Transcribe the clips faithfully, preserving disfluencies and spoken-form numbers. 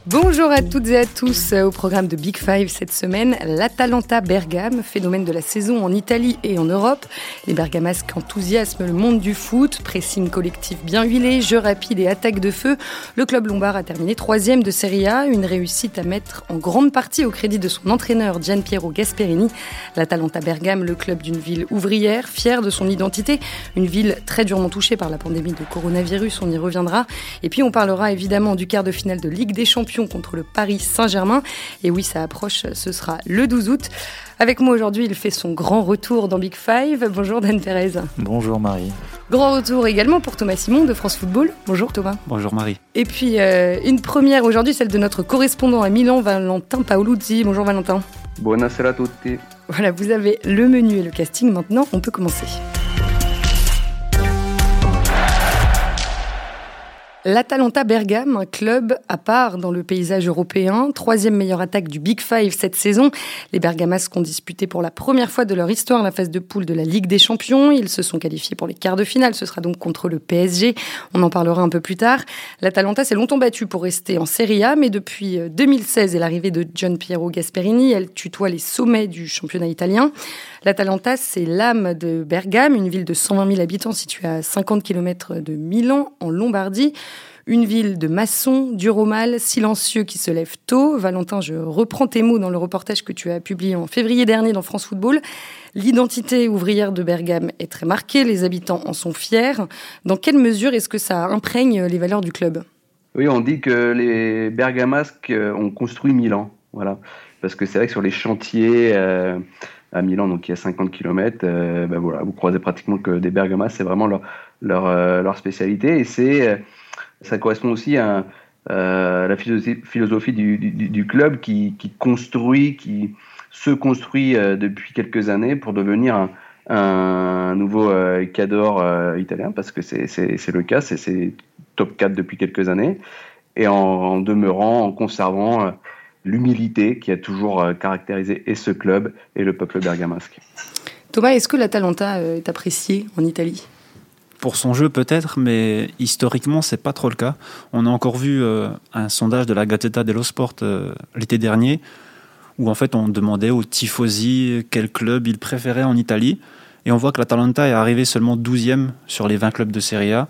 Bonjour à toutes et à tous. Au programme de Big Five cette semaine, l'Atalanta Bergame, phénomène de la saison en Italie et en Europe. Les bergamasques enthousiasment le monde du foot, pressing collectif bien huilé, jeu rapide et attaque de feu. Le club lombard a terminé troisième de Serie A, une réussite à mettre en grande partie au crédit de son entraîneur Gianpiero Gasperini. L'Atalanta Bergame, le club d'une ville ouvrière, fière de son identité, une ville très durement touchée par la pandémie de coronavirus, on y reviendra. Et puis on parlera évidemment du quart de finale de Ligue des Champions contre le Paris Saint-Germain. Et oui, ça approche, ce sera le douze août. Avec moi aujourd'hui, il fait son grand retour dans Big Five. Bonjour Dan Pérez. Bonjour Marie. Grand retour également pour Thomas Simon de France Football. Bonjour Thomas. Bonjour Marie. Et puis euh, une première aujourd'hui, celle de notre correspondant à Milan, Valentin Paoluzzi. Bonjour Valentin. Buonasera a tutti. Voilà, vous avez le menu et le casting. Maintenant, on peut commencer. L'Atalanta Bergame, un club à part dans le paysage européen, troisième meilleure attaque du Big Five cette saison. Les Bergamasques ont disputé pour la première fois de leur histoire la phase de poule de la Ligue des Champions. Ils se sont qualifiés pour les quarts de finale. Ce sera donc contre le P S G. On en parlera un peu plus tard. L'Atalanta s'est longtemps battue pour rester en Serie A, mais depuis deux mille seize et l'arrivée de Gianpiero Gasperini, elle tutoie les sommets du championnat italien. L'Atalanta, c'est l'âme de Bergame, une ville de cent vingt mille habitants située à cinquante kilomètres de Milan, en Lombardie. Une ville de maçons, dur au mal, silencieux qui se lève tôt. Valentin, je reprends tes mots dans le reportage que tu as publié en février dernier dans France Football. L'identité ouvrière de Bergame est très marquée, les habitants en sont fiers. Dans quelle mesure est-ce que ça imprègne les valeurs du club ? Oui, on dit que les Bergamasques ont construit Milan, voilà. Parce que c'est vrai que sur les chantiers euh, à Milan, donc il y a cinquante kilomètres, euh, ben voilà, vous croisez pratiquement que des Bergamasques, c'est vraiment leur, leur, euh, leur spécialité. Et c'est... Euh, Ça correspond aussi à, à la philosophie, philosophie du, du, du club qui, qui construit, qui se construit euh, depuis quelques années pour devenir un, un nouveau euh, Cador euh, italien, parce que c'est, c'est, c'est le cas, c'est, c'est top quatre depuis quelques années, et en, en demeurant, en conservant euh, l'humilité qui a toujours euh, caractérisé et ce club et le peuple bergamasque. Thomas, est-ce que l'Atalanta est appréciée en Italie ? Pour son jeu peut-être, mais historiquement c'est pas trop le cas. On a encore vu euh, un sondage de la Gazzetta dello Sport euh, l'été dernier où en fait on demandait aux tifosi quel club ils préféraient en Italie, et on voit que l'Atalanta est arrivé seulement douzième sur les vingt clubs de Serie A.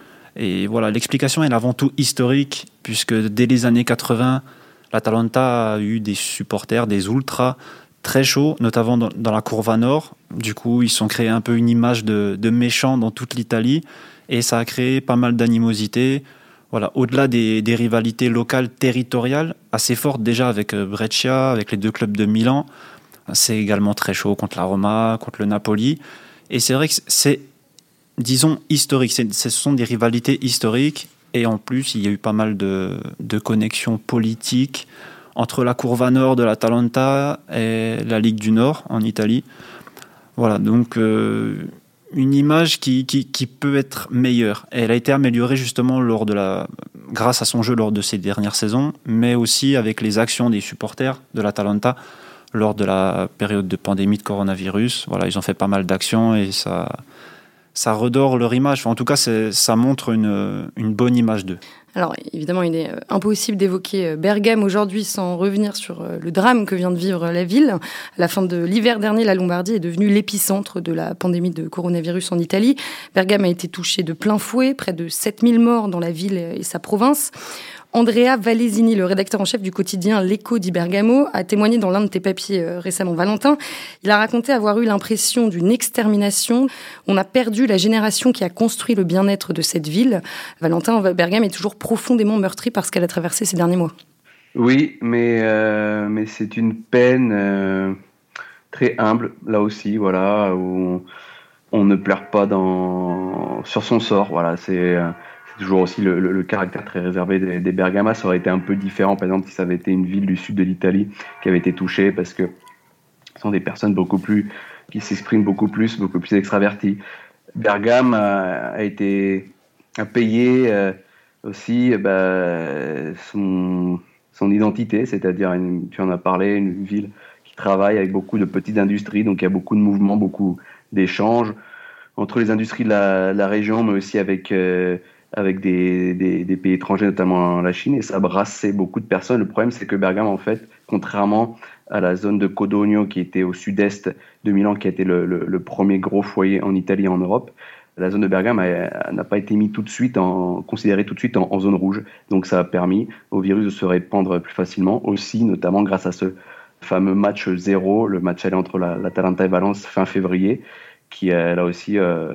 Et voilà, l'explication est avant tout historique, puisque dès les années quatre-vingts, l'Atalanta a eu des supporters, des ultras très chauds, notamment dans, dans la Curva Nord. Du coup, ils sont créés un peu une image de, de méchants dans toute l'Italie, et ça a créé pas mal d'animosité. Voilà, au-delà des, des rivalités locales, territoriales, assez fortes déjà avec Brescia, avec les deux clubs de Milan. C'est également très chaud contre la Roma, contre le Napoli. Et c'est vrai que c'est, disons, historique. C'est, ce sont des rivalités historiques, et en plus, il y a eu pas mal de, de connexions politiques entre la Curva Nord de l'Atalanta et la Ligue du Nord en Italie. Voilà, donc euh, une image qui, qui, qui peut être meilleure. Elle a été améliorée justement lors de la, grâce à son jeu lors de ces dernières saisons, mais aussi avec les actions des supporters de l'Atalanta lors de la période de pandémie de coronavirus. Voilà, ils ont fait pas mal d'actions et ça, ça redore leur image. Enfin, en tout cas, c'est, ça montre une, une bonne image d'eux. Alors évidemment, il est impossible d'évoquer Bergame aujourd'hui sans revenir sur le drame que vient de vivre la ville. À la fin de l'hiver dernier, la Lombardie est devenue l'épicentre de la pandémie de coronavirus en Italie. Bergame a été touchée de plein fouet, près de sept mille morts dans la ville et sa province. Andrea Valesini, le rédacteur en chef du quotidien L'Eco di Bergamo, a témoigné dans l'un de tes papiers euh, récemment, Valentin. Il a raconté avoir eu l'impression d'une extermination. On a perdu la génération qui a construit le bien-être de cette ville. Valentin, Bergame est toujours profondément meurtrie par ce qu'elle a traversé ces derniers mois. Oui, mais, euh, mais c'est une peine euh, très humble, là aussi, voilà, où on, on ne pleure pas dans, sur son sort. Voilà, c'est... Euh, C'est toujours aussi le, le, le caractère très réservé des, des Bergamas. Ça aurait été un peu différent, par exemple, si ça avait été une ville du sud de l'Italie qui avait été touchée, parce que ce sont des personnes beaucoup plus, qui s'expriment beaucoup plus, beaucoup plus extraverties. Bergame a, a été, a payé euh, aussi bah, son, son identité, c'est-à-dire, une, tu en as parlé, une ville qui travaille avec beaucoup de petites industries, donc il y a beaucoup de mouvements, beaucoup d'échanges entre les industries de la, la région, mais aussi avec... Euh, avec des, des, des pays étrangers, notamment la Chine, et ça brassait beaucoup de personnes. Le problème, c'est que Bergame, en fait, contrairement à la zone de Codogno, qui était au sud-est de Milan, qui a été le, le, le premier gros foyer en Italie et en Europe, la zone de Bergame a, n'a pas été mise tout de suite en, considérée tout de suite en, en zone rouge. Donc ça a permis au virus de se répandre plus facilement, aussi notamment grâce à ce fameux match zéro, le match aller entre la, l'Atalanta et Valence fin février, qui euh, là aussi, euh,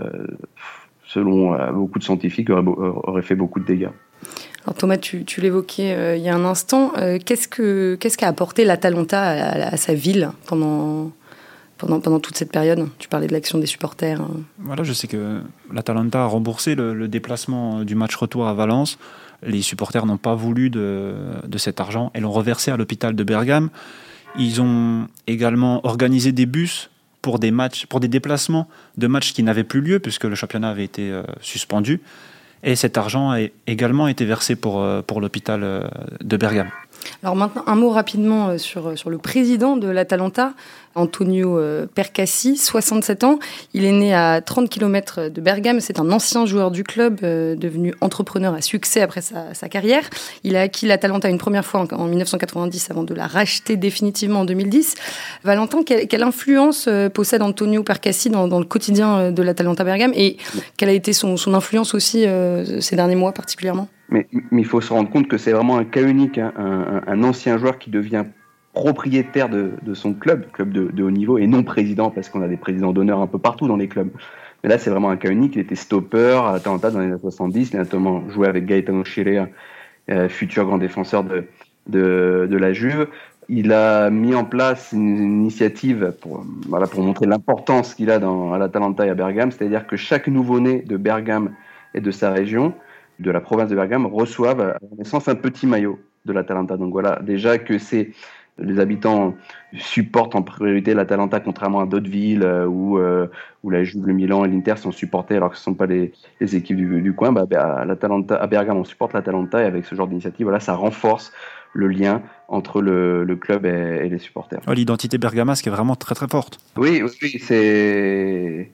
selon euh, beaucoup de scientifiques, aurait, aurait fait beaucoup de dégâts. Alors Thomas, tu, tu l'évoquais euh, il y a un instant, euh, qu'est-ce, que, qu'est-ce qu'a apporté l'Atalanta à, à, à sa ville pendant, pendant, pendant toute cette période ? Tu parlais de l'action des supporters. Hein. Voilà, je sais que l'Atalanta a remboursé le, le déplacement du match retour à Valence. Les supporters n'ont pas voulu de, de cet argent et l'ont reversé à l'hôpital de Bergame. Ils ont également organisé des bus pour des matchs, pour des déplacements de matchs qui n'avaient plus lieu puisque le championnat avait été euh, suspendu. Et cet argent a également été versé pour, pour l'hôpital de Bergame. Alors maintenant, un mot rapidement sur, sur le président de l'Atalanta, Antonio Percassi, soixante-sept ans. Il est né à trente kilomètres de Bergame. C'est un ancien joueur du club, euh, devenu entrepreneur à succès après sa, sa carrière. Il a acquis l'Atalanta une première fois en, en dix-neuf cent quatre-vingt-dix avant de la racheter définitivement en deux mille dix. Valentin, quelle, quelle influence euh, possède Antonio Percassi dans, dans le quotidien de l'Atalanta Bergame et quelle a été son, son influence aussi euh, ces derniers mois particulièrement ? Mais, mais il faut se rendre compte que c'est vraiment un cas unique, hein, un, un ancien joueur qui devient propriétaire de, de son club, club de, de haut niveau, et non président, parce qu'on a des présidents d'honneur un peu partout dans les clubs. Mais là, c'est vraiment un cas unique. Il était stopper à l'Atalanta dans les années soixante-dix. Il a notamment joué avec Gaetano Scirea, euh, futur grand défenseur de, de, de la Juve. Il a mis en place une, une initiative pour, voilà, pour montrer l'importance qu'il a dans, à l'Atalanta et à Bergame, c'est-à-dire que chaque nouveau-né de Bergame et de sa région, de la province de Bergame, reçoivent à la naissance un petit maillot de l'Atalanta. Donc voilà, déjà que c'est, les habitants supportent en priorité l'Atalanta, contrairement à d'autres villes euh, où, euh, où la Juve, le Milan et l'Inter sont supportés alors que ce ne sont pas les, les équipes du, du coin. Bah, à, l'Atalanta, à Bergame, on supporte l'Atalanta et avec ce genre d'initiative, voilà, ça renforce le lien entre le, le club et, et les supporters. Oh, l'identité bergamasque est vraiment très très forte. Oui, oui, c'est...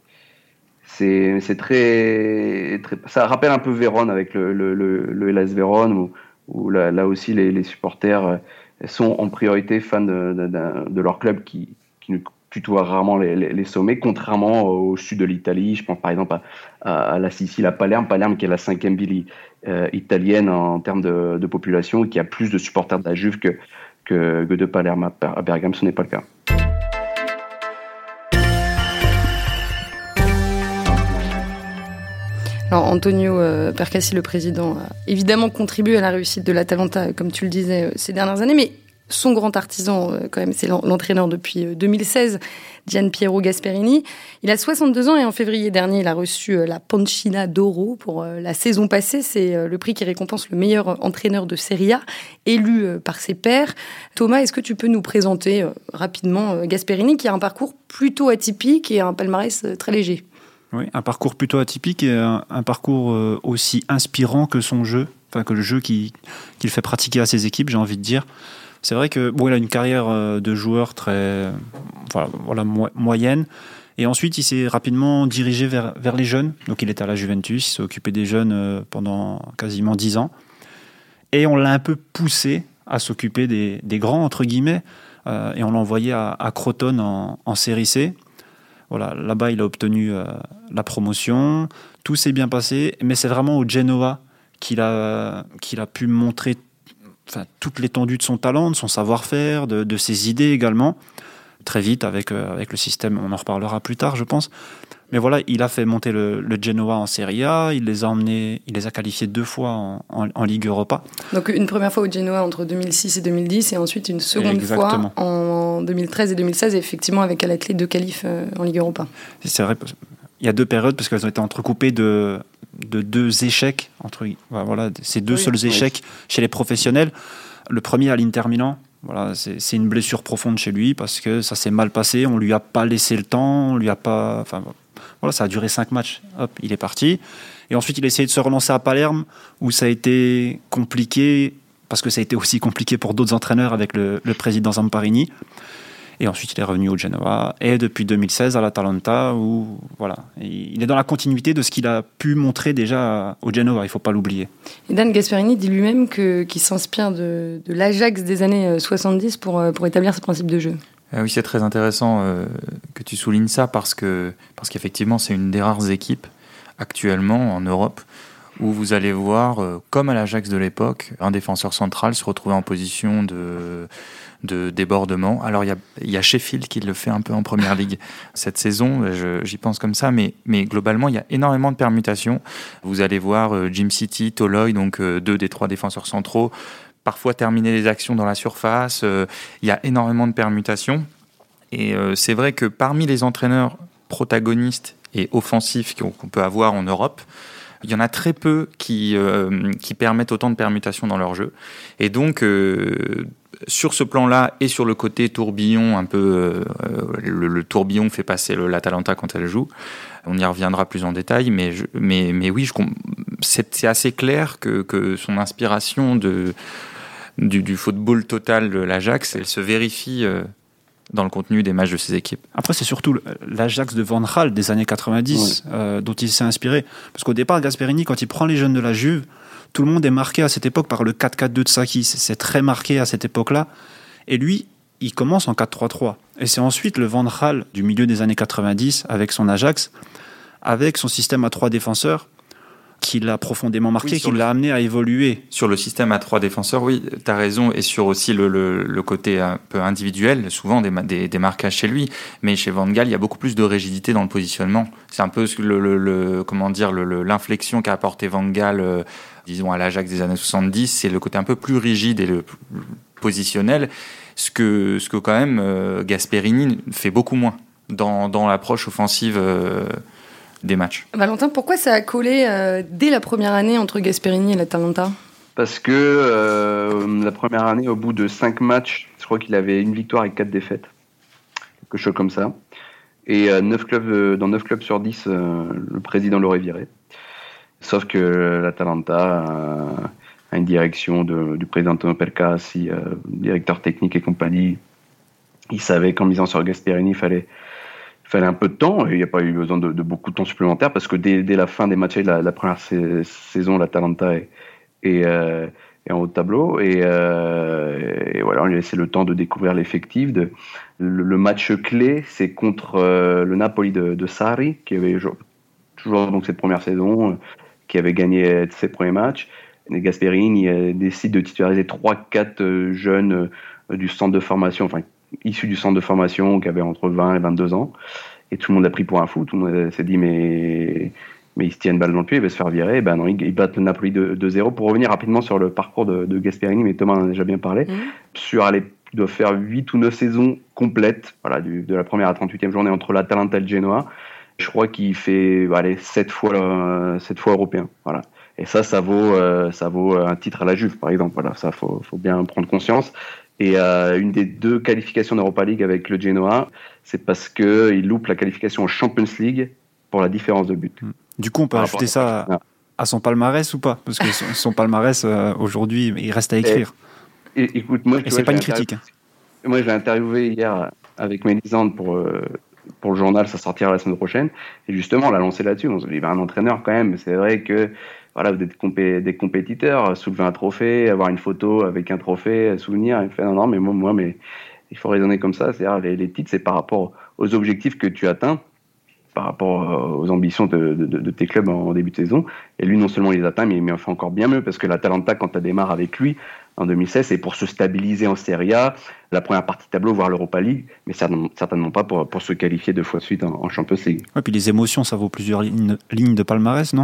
C'est, c'est très, très, ça rappelle un peu Vérone avec le, le, le, le Hellas Vérone où, où là, là aussi les, les supporters sont en priorité fans de, de, de, de leur club qui, qui ne tutoie rarement les, les, les sommets, contrairement au sud de l'Italie. Je pense par exemple à, à, à la Sicile, à Palerme, Palerme qui est la cinquième ville euh, italienne en termes de, de population et qui a plus de supporters de la Juve que, que, que de Palerme. À Bergame, ce n'est pas le cas. Alors Antonio euh, Percassi, le président, a évidemment contribué à la réussite de l'Atalanta, comme tu le disais, euh, ces dernières années, mais son grand artisan, euh, quand même, c'est l'entraîneur depuis euh, deux mille seize, Gianpiero Gasperini. Il a soixante-deux ans et en février dernier, il a reçu euh, la Pancina d'Oro pour euh, la saison passée. C'est euh, le prix qui récompense le meilleur entraîneur de Serie A, élu euh, par ses pairs. Thomas, est-ce que tu peux nous présenter euh, rapidement euh, Gasperini, qui a un parcours plutôt atypique et un palmarès euh, très léger ? Oui, un parcours plutôt atypique et un, un parcours euh, aussi inspirant que son jeu, enfin que le jeu qu'il, qu'il fait pratiquer à ses équipes, j'ai envie de dire. C'est vrai que bon, il a une carrière euh, de joueur très voilà, voilà, mo- moyenne. Et ensuite, il s'est rapidement dirigé vers, vers les jeunes. Donc, il était à la Juventus, il s'est occupé des jeunes euh, pendant quasiment dix ans. Et on l'a un peu poussé à s'occuper des, des grands, entre guillemets. Euh, et on l'a envoyé à, à Crotone en, en série C. Voilà, là-bas, il a obtenu euh, la promotion. Tout s'est bien passé, mais c'est vraiment au Genoa qu'il a, qu'il a pu montrer enfin, toute l'étendue de son talent, de son savoir-faire, de, de ses idées également. Très vite, avec, euh, avec le système, on en reparlera plus tard, je pense. Mais voilà, il a fait monter le, le Genoa en Serie A, il les a emmenés, il les a qualifiés deux fois en, en, en Ligue Europa. Donc une première fois au Genoa entre deux mille six et deux mille dix, et ensuite une seconde Exactement. fois en deux mille treize et deux mille seize, effectivement avec à la clé deux qualifs en Ligue Europa. C'est vrai, il y a deux périodes, parce qu'elles ont été entrecoupées de, de deux échecs, entre, voilà, ces deux oui, seuls oui. échecs chez les professionnels. Le premier à l'Inter Milan. Voilà, c'est, c'est une blessure profonde chez lui parce que ça s'est mal passé, on lui a pas laissé le temps, on lui a pas, enfin voilà, ça a duré cinq matchs. Hop, il est parti. Et ensuite, il a essayé de se relancer à Palerme où ça a été compliqué parce que ça a été aussi compliqué pour d'autres entraîneurs avec le, le président Zamparini. Et ensuite, il est revenu au Genoa. Et depuis deux mille seize, à l'Atalanta, où voilà, il est dans la continuité de ce qu'il a pu montrer déjà au Genoa, il ne faut pas l'oublier. Et Dan Gasperini dit lui-même que, qu'il s'inspire de, de l'Ajax des années soixante-dix pour, pour établir ce principe de jeu. Euh, oui, c'est très intéressant euh, que tu soulignes ça parce, que, parce qu'effectivement, c'est une des rares équipes actuellement en Europe où vous allez voir, euh, comme à l'Ajax de l'époque, un défenseur central se retrouver en position de, de débordement. Alors, il y a, y a Sheffield qui le fait un peu en Première Ligue cette saison, je, j'y pense comme ça, mais, mais globalement, il y a énormément de permutations. Vous allez voir euh, Jim City, Toloi, donc euh, deux des trois défenseurs centraux, parfois terminer les actions dans la surface. Euh, il y a énormément de permutations. Et euh, c'est vrai que parmi les entraîneurs protagonistes et offensifs qu'on, qu'on peut avoir en Europe, il y en a très peu qui, euh, qui permettent autant de permutations dans leur jeu. Et donc, euh, sur ce plan-là et sur le côté tourbillon, un peu, euh, le, le tourbillon fait passer le, l'Atalanta quand elle joue. On y reviendra plus en détail, mais, je, mais, mais oui, je, c'est, c'est assez clair que, que son inspiration de, du, du football total de l'Ajax, elle se vérifie euh, dans le contenu des matchs de ses équipes. Après, c'est surtout l'Ajax de Van Gaal des années quatre-vingt-dix ouais. euh, dont il s'est inspiré. Parce qu'au départ, Gasperini, quand il prend les jeunes de la Juve, tout le monde est marqué à cette époque par le quatre quatre deux de Sacchi. C'est, c'est très marqué à cette époque-là. Et lui, il commence en quatre trois trois. Et c'est ensuite le Van Gaal du milieu des années quatre-vingt-dix, avec son Ajax, avec son système à trois défenseurs, qui l'a profondément marqué, oui, qui le... l'a amené à évoluer. Sur le système à trois défenseurs, oui, tu as raison, et sur aussi le, le, le côté un peu individuel, souvent des, des, des marquages chez lui, mais chez Van Gaal, il y a beaucoup plus de rigidité dans le positionnement. C'est un peu le, le, le, comment dire, le, le, l'inflexion qu'a apporté Van Gaal, euh, disons à l'Ajax des années soixante-dix, c'est le côté un peu plus rigide et le positionnel, ce que, ce que quand même euh, Gasperini fait beaucoup moins dans, dans l'approche offensive euh, des matchs. Valentin, pourquoi ça a collé euh, dès la première année entre Gasperini et l'Atalanta ? Parce que euh, la première année, au bout de cinq matchs, je crois qu'il avait une victoire et quatre défaites, quelque chose comme ça. Et euh, neuf clubs, euh, dans neuf clubs sur dix, euh, le président l'aurait viré. Sauf que l'Atalanta euh, a une direction de, du président Antonio Percassi, euh, directeur technique et compagnie. Il savait qu'en misant sur Gasperini, il fallait Il fallait un peu de temps, et il n'y a pas eu besoin de, de beaucoup de temps supplémentaire, parce que dès, dès la fin des matchs de la, la première sa- saison, l'Atalanta est, est, euh, est en haut de tableau, et, euh, et voilà, on lui a laissé le temps de découvrir l'effectif. De, le, le match clé, c'est contre euh, le Napoli de, de Sarri, qui avait toujours donc cette première saison, euh, qui avait gagné ses premiers matchs. Et Gasperini euh, décide de titulariser trois quatre jeunes euh, du centre de formation, enfin issus du centre de formation, qui avaient entre vingt et vingt-deux ans, et tout le monde a pris pour un fou. Tout le monde s'est dit mais, mais il se tient une balle dans le pied, il va se faire virer. Ben non, ils battent le Napoli de deux zéro. Pour revenir rapidement sur le parcours de, de Gasperini, mais Thomas en a déjà bien parlé, mmh. sur allez, il doit faire huit ou neuf saisons complètes, voilà, du, de la première à trente-huitième journée entre l'Atalanta et le Genoa. Je crois qu'il fait allez, sept fois, euh, sept fois européen, voilà. Et ça, ça vaut, euh, ça vaut un titre à la Juve, par exemple. Voilà, ça faut, faut bien prendre conscience. Et euh, une des deux qualifications d'Europa League avec le Genoa, c'est parce qu'il loupe la qualification en Champions League pour la différence de but. Du coup, on peut ajouter ça à, à son palmarès ou pas ? Parce que son, son palmarès, euh, aujourd'hui, il reste à écrire. Et, et, écoute, moi, et c'est vois, pas une critique. Hein. Moi, je l'ai interviewé hier avec Mélisande pour, euh, pour le journal, ça sortira la semaine prochaine. Et justement, on l'a lancé là-dessus. On se dit, ben, un entraîneur quand même, c'est vrai que voilà, vous êtes compé- des compétiteurs, soulever un trophée, avoir une photo avec un trophée, souvenir, il fait non, non, mais moi, moi mais il faut raisonner comme ça, c'est-à-dire les, les titres, c'est par rapport aux objectifs que tu atteins, par rapport aux ambitions de, de, de tes clubs en début de saison, et lui, non seulement il les atteint, mais il en fait encore bien mieux, parce que l'Atalanta, quand tu démarres avec lui, en deux mille seize, c'est pour se stabiliser en Serie A, la première partie de tableau, voire l'Europa League, mais certainement pas pour, pour se qualifier deux fois de suite en, en Champions League. Ouais, puis les émotions, ça vaut plusieurs lignes, lignes de palmarès, non ?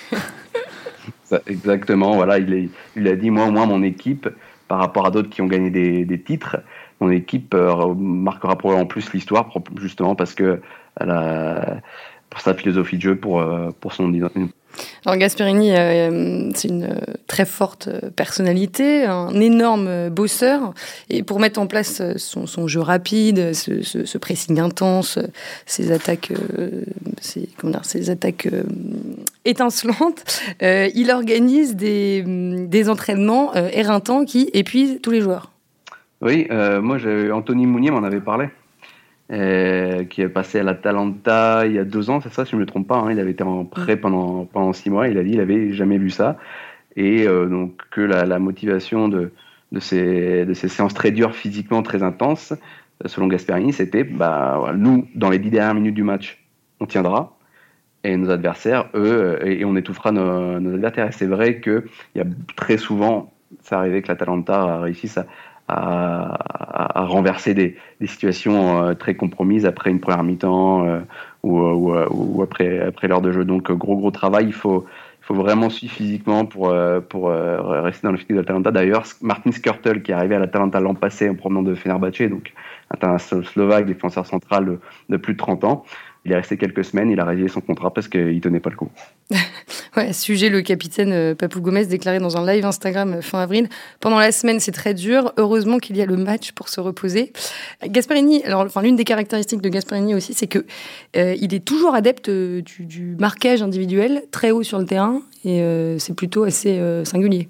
Ça, exactement, voilà, il, est, il a dit, moi, moi, mon équipe, par rapport à d'autres qui ont gagné des, des titres, mon équipe euh, marquera probablement plus l'histoire, justement parce que elle a, pour sa philosophie de jeu, pour, euh, pour son identité. Alors Gasperini, euh, c'est une très forte personnalité, un énorme bosseur, et pour mettre en place son, son jeu rapide, ce, ce, ce pressing intense, ces attaques, euh, ces, comment dire, ces attaques euh, étincelantes, euh, il organise des, des entraînements euh, éreintants qui épuisent tous les joueurs. Oui, euh, moi, j'ai, Anthony Mounier m'en avait parlé, euh, qui est passé à l'Atalanta il y a deux ans, c'est ça, si je ne me trompe pas. Hein, il avait été en prêt pendant, pendant six mois. Il a dit qu'il n'avait jamais vu ça. Et euh, donc, que la, la motivation de, de, ces, de ces séances très dures, physiquement très intenses, selon Gasperini, c'était bah, voilà, nous, dans les dix dernières minutes du match, on tiendra. Et nos adversaires, eux, et on étouffera nos, nos adversaires. Et c'est vrai qu'il y a très souvent, ça arrivait que l'Atalanta réussisse à, à, à, à renverser des, des situations euh, très compromises après une première mi-temps euh, ou, ou, ou après, après l'heure de jeu. Donc, gros, gros travail. Il faut, il faut vraiment suivre physiquement pour, euh, pour euh, rester dans le physique de l'Atalanta. D'ailleurs, Martin Skrtel, qui est arrivé à l'Atalanta l'an passé en provenant de Fenerbahçe, donc un Slovaque, défenseur central de, de plus de trente ans, il est resté quelques semaines, il a résilié son contrat parce qu'il tenait pas le coup. Ouais, sujet, le capitaine euh, Papou Gomez déclaré dans un live Instagram euh, fin avril. Pendant la semaine, c'est très dur. Heureusement qu'il y a le match pour se reposer. Gasperini, alors, enfin, l'une des caractéristiques de Gasperini aussi, c'est que euh, il est toujours adepte euh, du, du marquage individuel, très haut sur le terrain, et euh, c'est plutôt assez euh, singulier.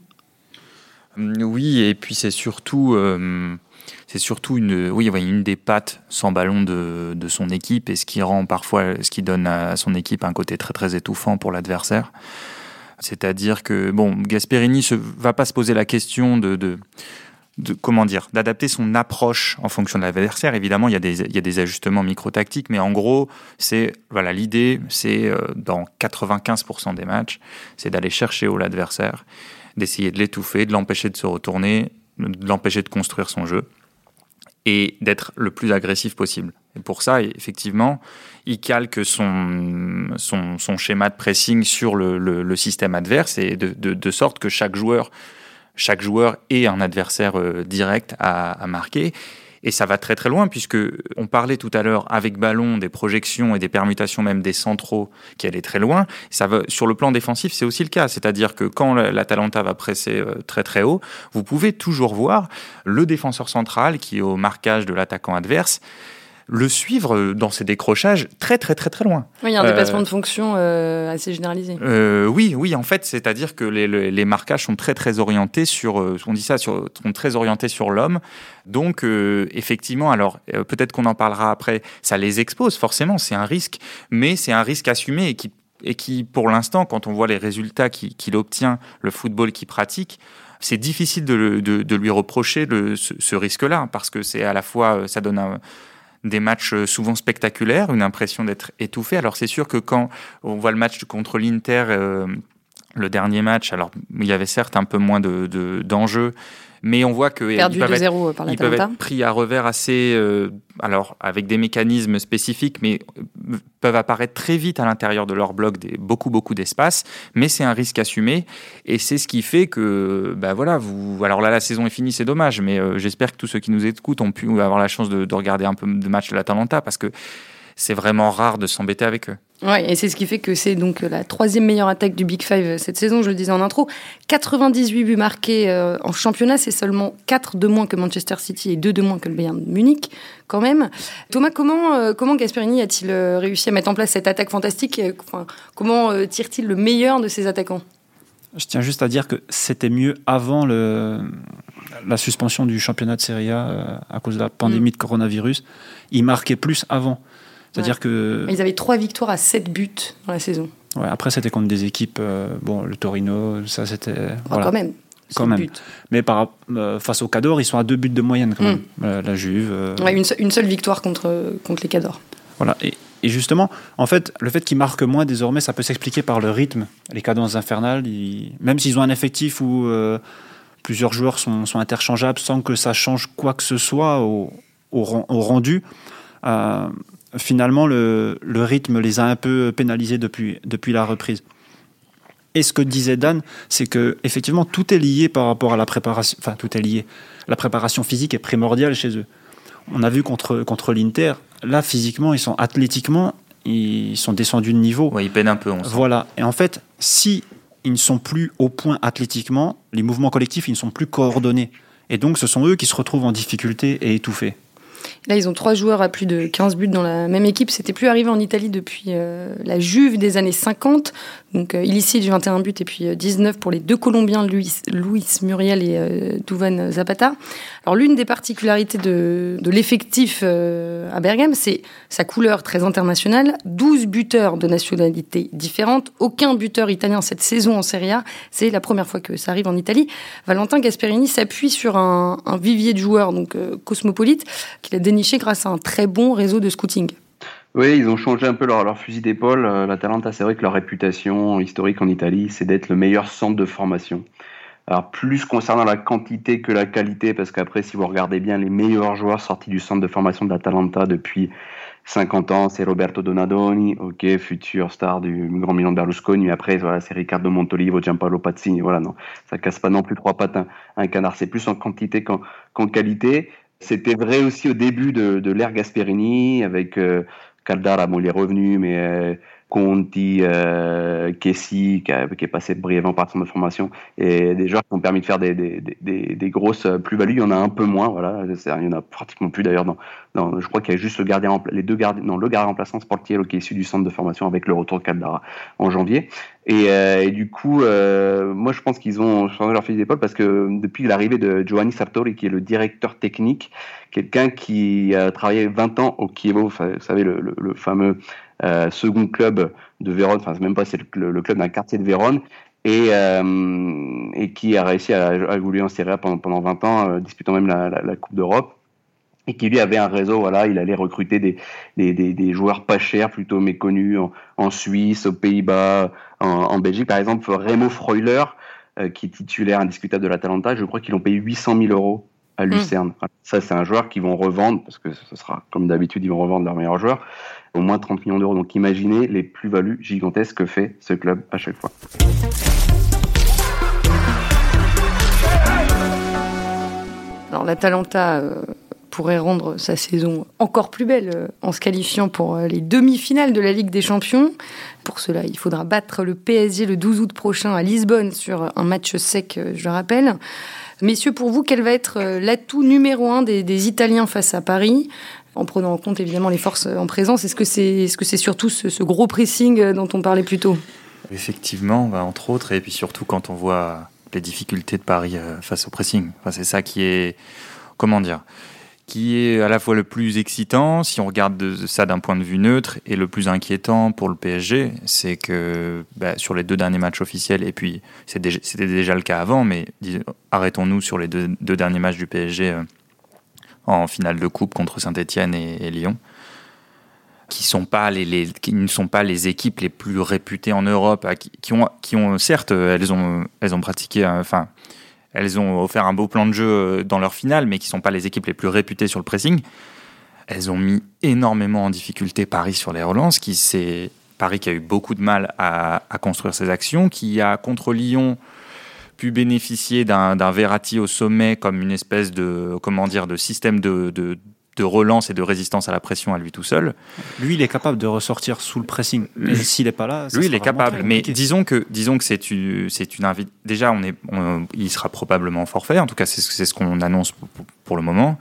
Oui, et puis c'est surtout... Euh... C'est surtout une, oui, une des pattes sans ballon de, de son équipe et ce qui rend parfois, ce qui donne à son équipe un côté très très étouffant pour l'adversaire. C'est-à-dire que bon, Gasperini ne va pas se poser la question de, de, de comment dire, d'adapter son approche en fonction de l'adversaire. Évidemment, il y a des, il y a des ajustements micro-tactiques, mais en gros, c'est voilà, l'idée, c'est euh, dans quatre-vingt-quinze pour cent des matchs, c'est d'aller chercher haut l'adversaire, d'essayer de l'étouffer, de l'empêcher de se retourner, de l'empêcher de construire son jeu et d'être le plus agressif possible. Et pour ça, effectivement, il calque son, son, son schéma de pressing sur le, le, le système adverse et de, de, de sorte que chaque joueur, chaque joueur ait un adversaire direct à, à marquer. Et ça va très très loin puisque on parlait tout à l'heure avec ballon des projections et des permutations même des centraux qui allaient très loin. Ça va, sur le plan défensif, c'est aussi le cas. C'est-à-dire que quand l'Atalanta va presser très très haut, vous pouvez toujours voir le défenseur central qui est au marquage de l'attaquant adverse le suivre dans ses décrochages très très très très loin. Oui, il y a un dépassement euh, de fonction euh, assez généralisé. Euh, oui, oui, en fait, c'est-à-dire que les, les, les marquages sont très très orientés sur, on dit ça, sur, sont très orientés sur l'homme. Donc, euh, effectivement, alors euh, peut-être qu'on en parlera après. Ça les expose forcément, c'est un risque, mais c'est un risque assumé et qui, et qui, pour l'instant, quand on voit les résultats qu'il, qu'il obtient, le football qu'il pratique. C'est difficile de, de, de lui reprocher le, ce, ce risque-là parce que c'est à la fois, ça donne un des matchs souvent spectaculaires, une impression d'être étouffé. Alors c'est sûr que quand on voit le match contre l'Inter, euh, le dernier match, alors il y avait certes un peu moins de, de, d'enjeux, mais on voit qu'ils peuvent, être, ils peuvent être pris à revers assez, euh, alors avec des mécanismes spécifiques, mais peuvent apparaître très vite à l'intérieur de leur bloc, des, beaucoup beaucoup d'espace, mais c'est un risque assumé et c'est ce qui fait que, bah voilà, vous, alors là la saison est finie, c'est dommage, mais euh, j'espère que tous ceux qui nous écoutent ont pu avoir la chance de, de regarder un peu de matchs de l'Atalanta parce que c'est vraiment rare de s'embêter avec eux. Oui, et c'est ce qui fait que c'est donc la troisième meilleure attaque du Big Five cette saison, je le disais en intro. quatre-vingt-dix-huit buts marqués euh, en championnat, c'est seulement quatre de moins que Manchester City et deux de moins que le Bayern de Munich, quand même. Thomas, comment, euh, comment Gasperini a-t-il euh, réussi à mettre en place cette attaque fantastique euh, enfin, Comment euh, tire-t-il le meilleur de ses attaquants ? Je tiens juste à dire que c'était mieux avant le, la suspension du championnat de Serie A euh, à cause de la pandémie mmh. de coronavirus. Il marquait plus avant. C'est-à-dire ouais. que... Ils avaient trois victoires à sept buts dans la saison. Ouais, après, c'était contre des équipes, euh, bon, le Torino, ça c'était... Oh, voilà. Quand même. Quand même. Buts. Mais par, euh, face au Cador, ils sont à deux buts de moyenne quand même. Mmh. Euh, la Juve... Euh... Ouais, une, se- une seule victoire contre, contre les Cador. Voilà. Et, et justement, en fait, le fait qu'ils marquent moins désormais, ça peut s'expliquer par le rythme. Les cadences infernales, ils... même s'ils ont un effectif où euh, plusieurs joueurs sont, sont interchangeables sans que ça change quoi que ce soit au, au, au rendu... Euh, finalement, le, le rythme les a un peu pénalisés depuis, depuis la reprise. Et ce que disait Dan, c'est que effectivement tout est lié par rapport à la préparation. Enfin, tout est lié. La préparation physique est primordiale chez eux. On a vu contre, contre l'Inter, là, physiquement, ils sont athlétiquement, ils sont descendus de niveau. Ouais, ils peinent un peu, on sent. Voilà. Et en fait, si ils ne sont plus au point athlétiquement, les mouvements collectifs, ils ne sont plus coordonnés. Et donc, ce sont eux qui se retrouvent en difficulté et étouffés. Là, ils ont trois joueurs à plus de quinze buts dans la même équipe. C'était plus arrivé en Italie depuis euh, la Juve des années cinquante. Donc, euh, Ilicic, vingt et un buts, et puis euh, dix-neuf pour les deux Colombiens, Luis, Luis Muriel et euh, Duvan Zapata. Alors, l'une des particularités de, de l'effectif euh, à Bergame, c'est sa couleur très internationale. douze buteurs de nationalités différentes. Aucun buteur italien cette saison en Serie A. C'est la première fois que ça arrive en Italie. Valentin Gasperini s'appuie sur un, un vivier de joueurs donc euh, cosmopolite qu'il a déniché grâce à un très bon réseau de scouting. Oui, ils ont changé un peu leur, leur fusil d'épaule. Euh, L'Atalanta, c'est vrai que leur réputation historique en Italie, c'est d'être le meilleur centre de formation. Alors, plus concernant la quantité que la qualité, parce qu'après, si vous regardez bien, les meilleurs joueurs sortis du centre de formation de l'Atalanta depuis cinquante ans, c'est Roberto Donadoni, ok, futur star du Grand Milan de Berlusconi, mais après, voilà, c'est Riccardo Montolivo, Gianpaolo Pazzini, voilà, non, ça casse pas non plus trois pattes un, un canard, c'est plus en quantité qu'en, qu'en qualité. C'était vrai aussi au début de, de l'ère Gasperini, avec euh, Caldara, bon, il est revenu, mais euh, Conti, euh, Kessi, qui, a, qui est passé brièvement par le centre de formation, et des joueurs qui ont permis de faire des, des, des, des grosses plus-values. Il y en a un peu moins, voilà. Il y en a pratiquement plus d'ailleurs. Dans, dans, je crois qu'il y a juste le gardien, les deux gardiens, non, le gardien remplaçant Sportiello qui est issu du centre de formation avec le retour de Caldara en janvier. Et, euh, et du coup, euh, moi je pense qu'ils ont changé leur fusil d'épaule parce que depuis l'arrivée de Giovanni Sartori, qui est le directeur technique, quelqu'un qui a travaillé vingt ans au Chievo, vous savez, le, le, le fameux euh, second club de Vérone, enfin c'est même pas, c'est le, le club d'un quartier de Vérone, et, euh, et qui a réussi à, à évoluer en Serie A pendant, pendant vingt ans, euh, disputant même la, la, la Coupe d'Europe. Et qui lui avait un réseau, voilà, il allait recruter des, des, des, des joueurs pas chers, plutôt méconnus en, en Suisse, aux Pays-Bas, en, en Belgique. Par exemple, Remo Freuler, euh, qui est titulaire indiscutable de l'Atalanta, je crois qu'ils l'ont payé huit cent mille euros à Lucerne. Mmh. Ça, c'est un joueur qu'ils vont revendre, parce que ce sera, comme d'habitude, ils vont revendre leur meilleur joueur, au moins trente millions d'euros. Donc imaginez les plus-values gigantesques que fait ce club à chaque fois. Alors l'Atalanta euh, pourrait rendre sa saison encore plus belle euh, en se qualifiant pour euh, les demi-finales de la Ligue des Champions. Pour cela, il faudra battre le P S G le douze août prochain à Lisbonne sur un match sec, euh, je le rappelle. Messieurs, pour vous, quel va être euh, l'atout numéro un des, des Italiens face à Paris, en prenant en compte évidemment les forces en présence? Est-ce que c'est, est-ce que c'est surtout ce, ce gros pressing dont on parlait plus tôt? Effectivement, bah, entre autres, et puis surtout quand on voit les difficultés de Paris euh, face au pressing. Enfin, c'est ça qui est, comment dire, qui est à la fois le plus excitant, si on regarde de, ça d'un point de vue neutre, et le plus inquiétant pour le P S G, c'est que bah, sur les deux derniers matchs officiels, et puis c'est déjà, c'était déjà le cas avant, mais dis, arrêtons-nous sur les deux, deux derniers matchs du P S G euh, en finale de coupe contre Saint-Etienne et, et Lyon, qui, sont pas les, les, qui ne sont pas les équipes les plus réputées en Europe, qui, qui, ont, qui ont certes, elles ont, elles ont pratiqué, enfin, elles ont offert un beau plan de jeu dans leur finale, mais qui ne sont pas les équipes les plus réputées sur le pressing. Elles ont mis énormément en difficulté Paris sur les relances, qui c'est Paris qui a eu beaucoup de mal à, à construire ses actions, qui a contre Lyon pu bénéficier d'un, d'un Verratti au sommet comme une espèce de, comment dire, de système de, de de relance et de résistance à la pression à lui tout seul. Lui, il est capable de ressortir sous le pressing. Mais s'il n'est pas là, ça lui, il est capable. Mais compliqué. disons que, disons que c'est une, c'est une invite. Déjà, on est, on, il sera probablement forfait. En tout cas, c'est, c'est ce qu'on annonce pour, pour le moment.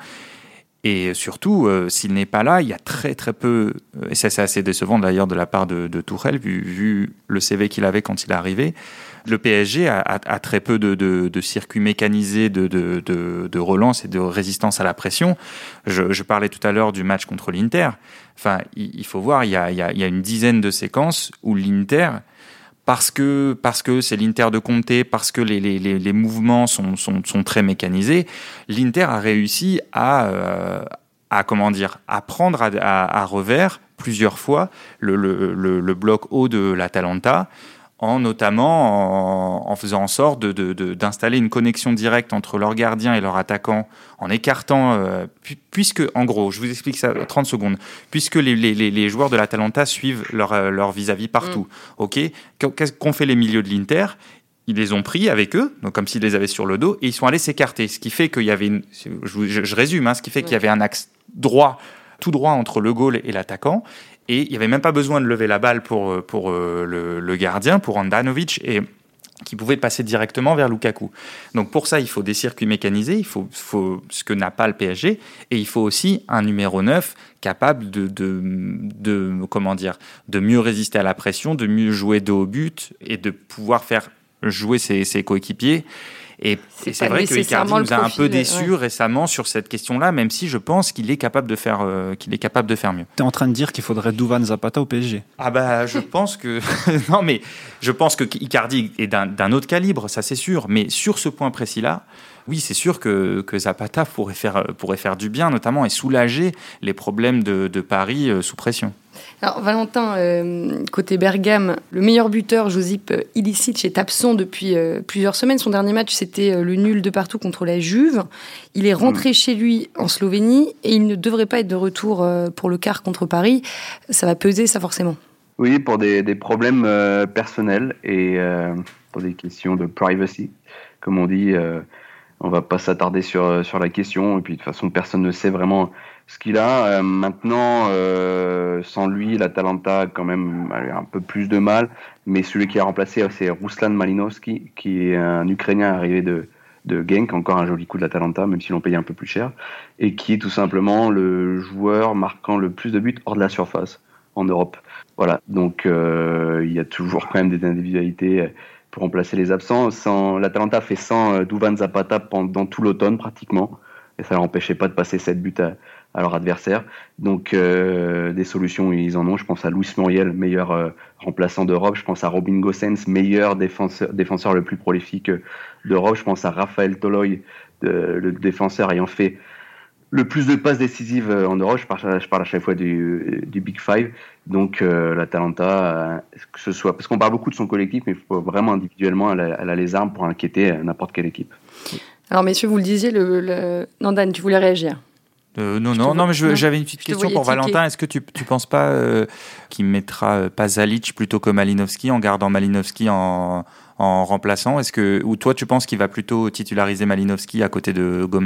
Et surtout, euh, s'il n'est pas là, il y a très très peu. Et ça, c'est assez décevant d'ailleurs de la part de, de Tourelle, vu, vu le C V qu'il avait quand il est arrivé. Le P S G a, a, a très peu de, de, de circuits mécanisés de, de, de, de relance et de résistance à la pression. Je, je parlais tout à l'heure du match contre l'Inter. Enfin, il, il faut voir, il y, a, il, y a, il y a une dizaine de séquences où l'Inter, parce que, parce que c'est l'Inter de Conte, parce que les, les, les, les mouvements sont, sont, sont très mécanisés, l'Inter a réussi à, euh, à, comment dire, à prendre à, à, à revers plusieurs fois le, le, le, le bloc haut de l'Atalanta, en notamment en, en faisant en sorte de, de, de, d'installer une connexion directe entre leur gardien et leur attaquant, en écartant, euh, pu, puisque, en gros, je vous explique ça trente secondes, puisque les, les, les joueurs de l'Atalanta suivent leur, leur vis-à-vis partout, mmh. ok, qu'est-ce qu'ont fait les milieux de l'Inter? Ils les ont pris avec eux, donc comme s'ils les avaient sur le dos, et ils sont allés s'écarter, ce qui fait qu'il y avait, une, je, je, je résume, hein, ce qui fait mmh. qu'il y avait un axe droit, tout droit entre le goal et l'attaquant. Et il n'y avait même pas besoin de lever la balle pour, pour euh, le, le gardien, pour Handanovic. Et qui pouvait passer directement vers Lukaku. Donc pour ça, il faut des circuits mécanisés, il faut, faut ce que n'a pas le P S G, et il faut aussi un numéro neuf capable de, de, de, comment dire, de mieux résister à la pression, de mieux jouer dos au but et de pouvoir faire jouer ses, ses coéquipiers. Et c'est, et c'est vrai que Icardi nous a un peu déçus ouais. récemment sur cette question-là, même si je pense qu'il est capable de faire, euh, qu'il est capable de faire mieux. Tu es en train de dire qu'il faudrait Duvan Zapata au P S G ? Ah bah je pense que non mais je pense que Icardi est d'un, d'un autre calibre, ça c'est sûr. Mais sur ce point précis-là, oui c'est sûr que, que Zapata pourrait faire, pourrait faire du bien, notamment et soulager les problèmes de, de Paris euh, sous pression. Alors Valentin, euh, côté Bergame, le meilleur buteur, Josip Ilicic, est absent depuis euh, plusieurs semaines. Son dernier match, c'était euh, le nul de partout contre la Juve. Il est rentré mmh. chez lui en Slovénie et il ne devrait pas être de retour euh, pour le quart contre Paris. Ça va peser, ça forcément. Oui, pour des, des problèmes euh, personnels et euh, pour des questions de privacy. Comme on dit, euh, on ne va pas s'attarder sur, sur la question. Et puis de toute façon, personne ne sait vraiment ce qu'il a. Euh, maintenant, euh, sans lui, l'Atalanta a quand même un peu plus de mal. Mais celui qui a remplacé, c'est Ruslan Malinovski, qui est un Ukrainien arrivé de, de Genk, encore un joli coup de l'Atalanta, même s'ils l'ont payé un peu plus cher, et qui est tout simplement le joueur marquant le plus de buts hors de la surface en Europe. Voilà, donc euh, il y a toujours quand même des individualités pour remplacer les absents. Sans, l'Atalanta fait sans euh, Duvan Zapata pendant tout l'automne pratiquement, et ça ne l'empêchait pas de passer sept buts à, à leur adversaire. Donc euh, des solutions, ils en ont. Je pense à Luis Muriel, meilleur euh, remplaçant d'Europe. Je pense à Robin Gosens, meilleur défenseur, défenseur le plus prolifique d'Europe. Je pense à Raphaël Toloi, de, le défenseur ayant fait le plus de passes décisives en Europe. Je parle, je parle à chaque fois du, du Big Five. Donc euh, l'Atalanta, euh, que ce soit, parce qu'on parle beaucoup de son collectif, mais il faut vraiment individuellement, elle a, elle a les armes pour inquiéter n'importe quelle équipe. Alors messieurs, vous le disiez, le, le... non Dan, tu voulais réagir ? Euh, non, non, non, mais je, non. j'avais une petite je question pour Valentin. Est-ce que tu ne penses pas euh, qu'il mettra Pasalic plutôt que Malinovski, en gardant Malinovski en, en remplaçant ? Est-ce que, ou toi, tu penses qu'il va plutôt titulariser Malinovski à côté de Gomez ?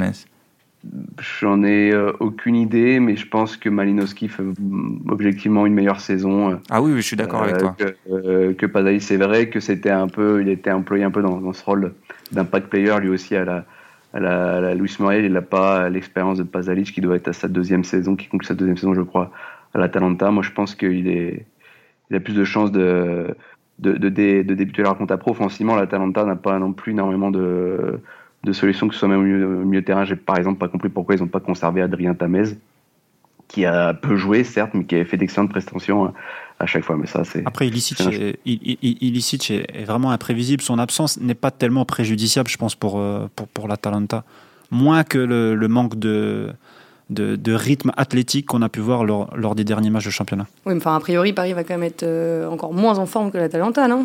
J'en ai euh, aucune idée, mais je pense que Malinovski fait objectivement une meilleure saison. Euh, ah oui, oui, je suis d'accord euh, avec toi. Que, euh, que Pasalic, c'est vrai que c'était un peu, il était employé un peu dans, dans ce rôle d'impact player, lui aussi à la, à la, à la Luis Muriel. Il n'a pas l'expérience de Pasalic, qui doit être à sa deuxième saison, qui conclut sa deuxième saison, je crois, à l'Atalanta. Moi, je pense qu'il est, il a plus de chances de, de, de, de, de débuter la rencontre à pro. Offensivement, l'Atalanta n'a pas non plus énormément de de solutions, que ce soit même au milieu, au milieu de terrain. J'ai par exemple pas compris pourquoi ils n'ont pas conservé Adrien Tamez, qui a peu joué certes, mais qui avait fait d'excellentes prestations à, à chaque fois. Mais ça, c'est après Ilicic est, Ilicic est vraiment imprévisible. Son absence n'est pas tellement préjudiciable, je pense, pour pour pour l'Atalanta, moins que le, le manque de De, de rythme athlétique qu'on a pu voir lors, lors des derniers matchs de championnat. Oui, mais enfin, a priori, Paris va quand même être euh, encore moins en forme que l'Atalanta, non ?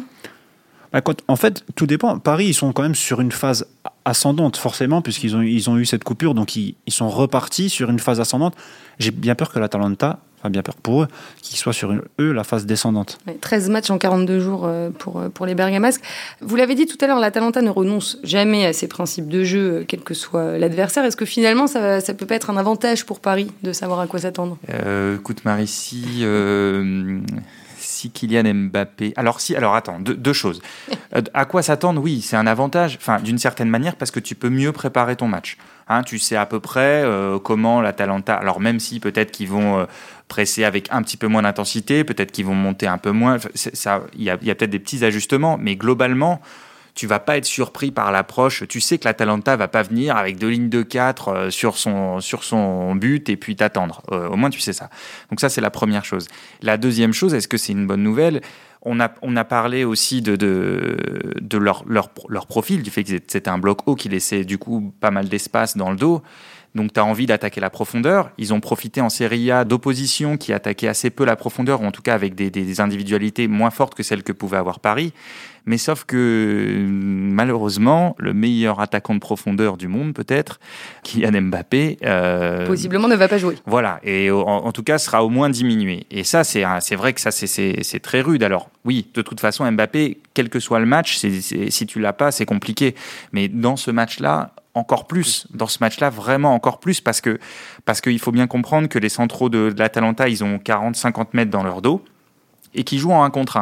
En fait, tout dépend. Paris, ils sont quand même sur une phase ascendante, forcément, puisqu'ils ont, ils ont eu cette coupure, donc ils, ils sont repartis sur une phase ascendante. J'ai bien peur que l'Atalanta, enfin bien peur pour eux, qu'ils soient sur, une, eux, la phase descendante. Ouais, treize matchs en quarante-deux jours pour, pour les Bergamasques. Vous l'avez dit tout à l'heure, l'Atalanta ne renonce jamais à ses principes de jeu, quel que soit l'adversaire. Est-ce que finalement, ça ne peut pas être un avantage pour Paris de savoir à quoi s'attendre ? euh, Écoute, Marie, si... Euh... Si Kylian Mbappé... Alors, si, alors attends, deux, deux choses. Euh, à quoi s'attendre ? Oui, c'est un avantage, enfin, d'une certaine manière, parce que tu peux mieux préparer ton match. Hein, tu sais à peu près euh, comment l'Atalanta... Alors, même si peut-être qu'ils vont euh, presser avec un petit peu moins d'intensité, peut-être qu'ils vont monter un peu moins, il y a, y a peut-être des petits ajustements, mais globalement, tu vas pas être surpris par l'approche. Tu sais que l'Atalanta va pas venir avec deux lignes de quatre euh, sur son sur son but et puis t'attendre. Euh, au moins tu sais ça. Donc ça c'est la première chose. La deuxième chose, est-ce que c'est une bonne nouvelle ? On a on a parlé aussi de de de leur leur leur profil, du fait que c'était un bloc haut qui laissait du coup pas mal d'espace dans le dos. Donc tu as envie d'attaquer la profondeur. Ils ont profité en Serie A d'opposition qui attaquait assez peu la profondeur, ou en tout cas avec des, des individualités moins fortes que celles que pouvait avoir Paris. Mais sauf que malheureusement, le meilleur attaquant de profondeur du monde peut-être, Kylian Mbappé... Euh, possiblement ne va pas jouer. Voilà, et en, en tout cas sera au moins diminué. Et ça, c'est, c'est vrai que ça c'est, c'est, c'est très rude. Alors oui, de toute façon, Mbappé, quel que soit le match, c'est, c'est, si tu l'as pas, c'est compliqué. Mais dans ce match-là, encore plus, dans ce match-là, vraiment encore plus, parce que parce qu'il faut bien comprendre que les centraux de, de l'Atalanta, ils ont quarante à cinquante mètres dans leur dos et qui jouent en un contre un.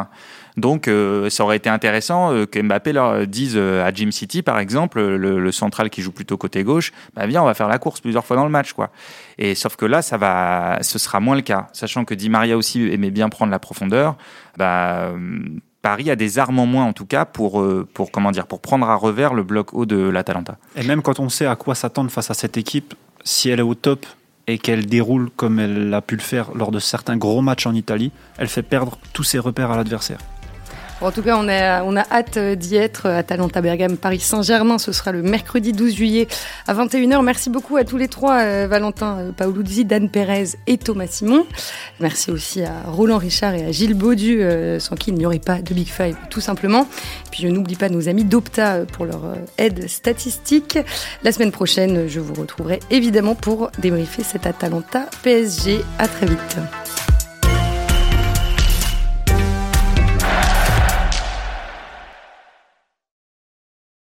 Donc, euh, ça aurait été intéressant euh, que Mbappé leur dise euh, à Jim City, par exemple, le, le central qui joue plutôt côté gauche, bah viens, on va faire la course plusieurs fois dans le match, quoi. Et sauf que là, ça va, ce sera moins le cas, sachant que Di Maria aussi aimait bien prendre la profondeur. Bah, Paris a des armes en moins, en tout cas, pour, euh, pour comment dire, pour prendre à revers le bloc haut de l'Atalanta. Et même quand on sait à quoi s'attendre face à cette équipe, si elle est au top et qu'elle déroule comme elle a pu le faire lors de certains gros matchs en Italie, elle fait perdre tous ses repères à l'adversaire. En tout cas, on a, on a hâte d'y être. Atalanta Bergame, Paris Saint-Germain, ce sera le mercredi douze juillet à vingt et une heures. Merci beaucoup à tous les trois, euh, Valentin euh, Paoluzzi, Dan Pérez et Thomas Simon. Merci aussi à Roland Richard et à Gilles Baudu, euh, sans qui il n'y aurait pas de Big Five, tout simplement. Et puis je n'oublie pas nos amis d'Opta pour leur euh, aide statistique. La semaine prochaine, je vous retrouverai évidemment pour débriefer cet Atalanta P S G. À très vite.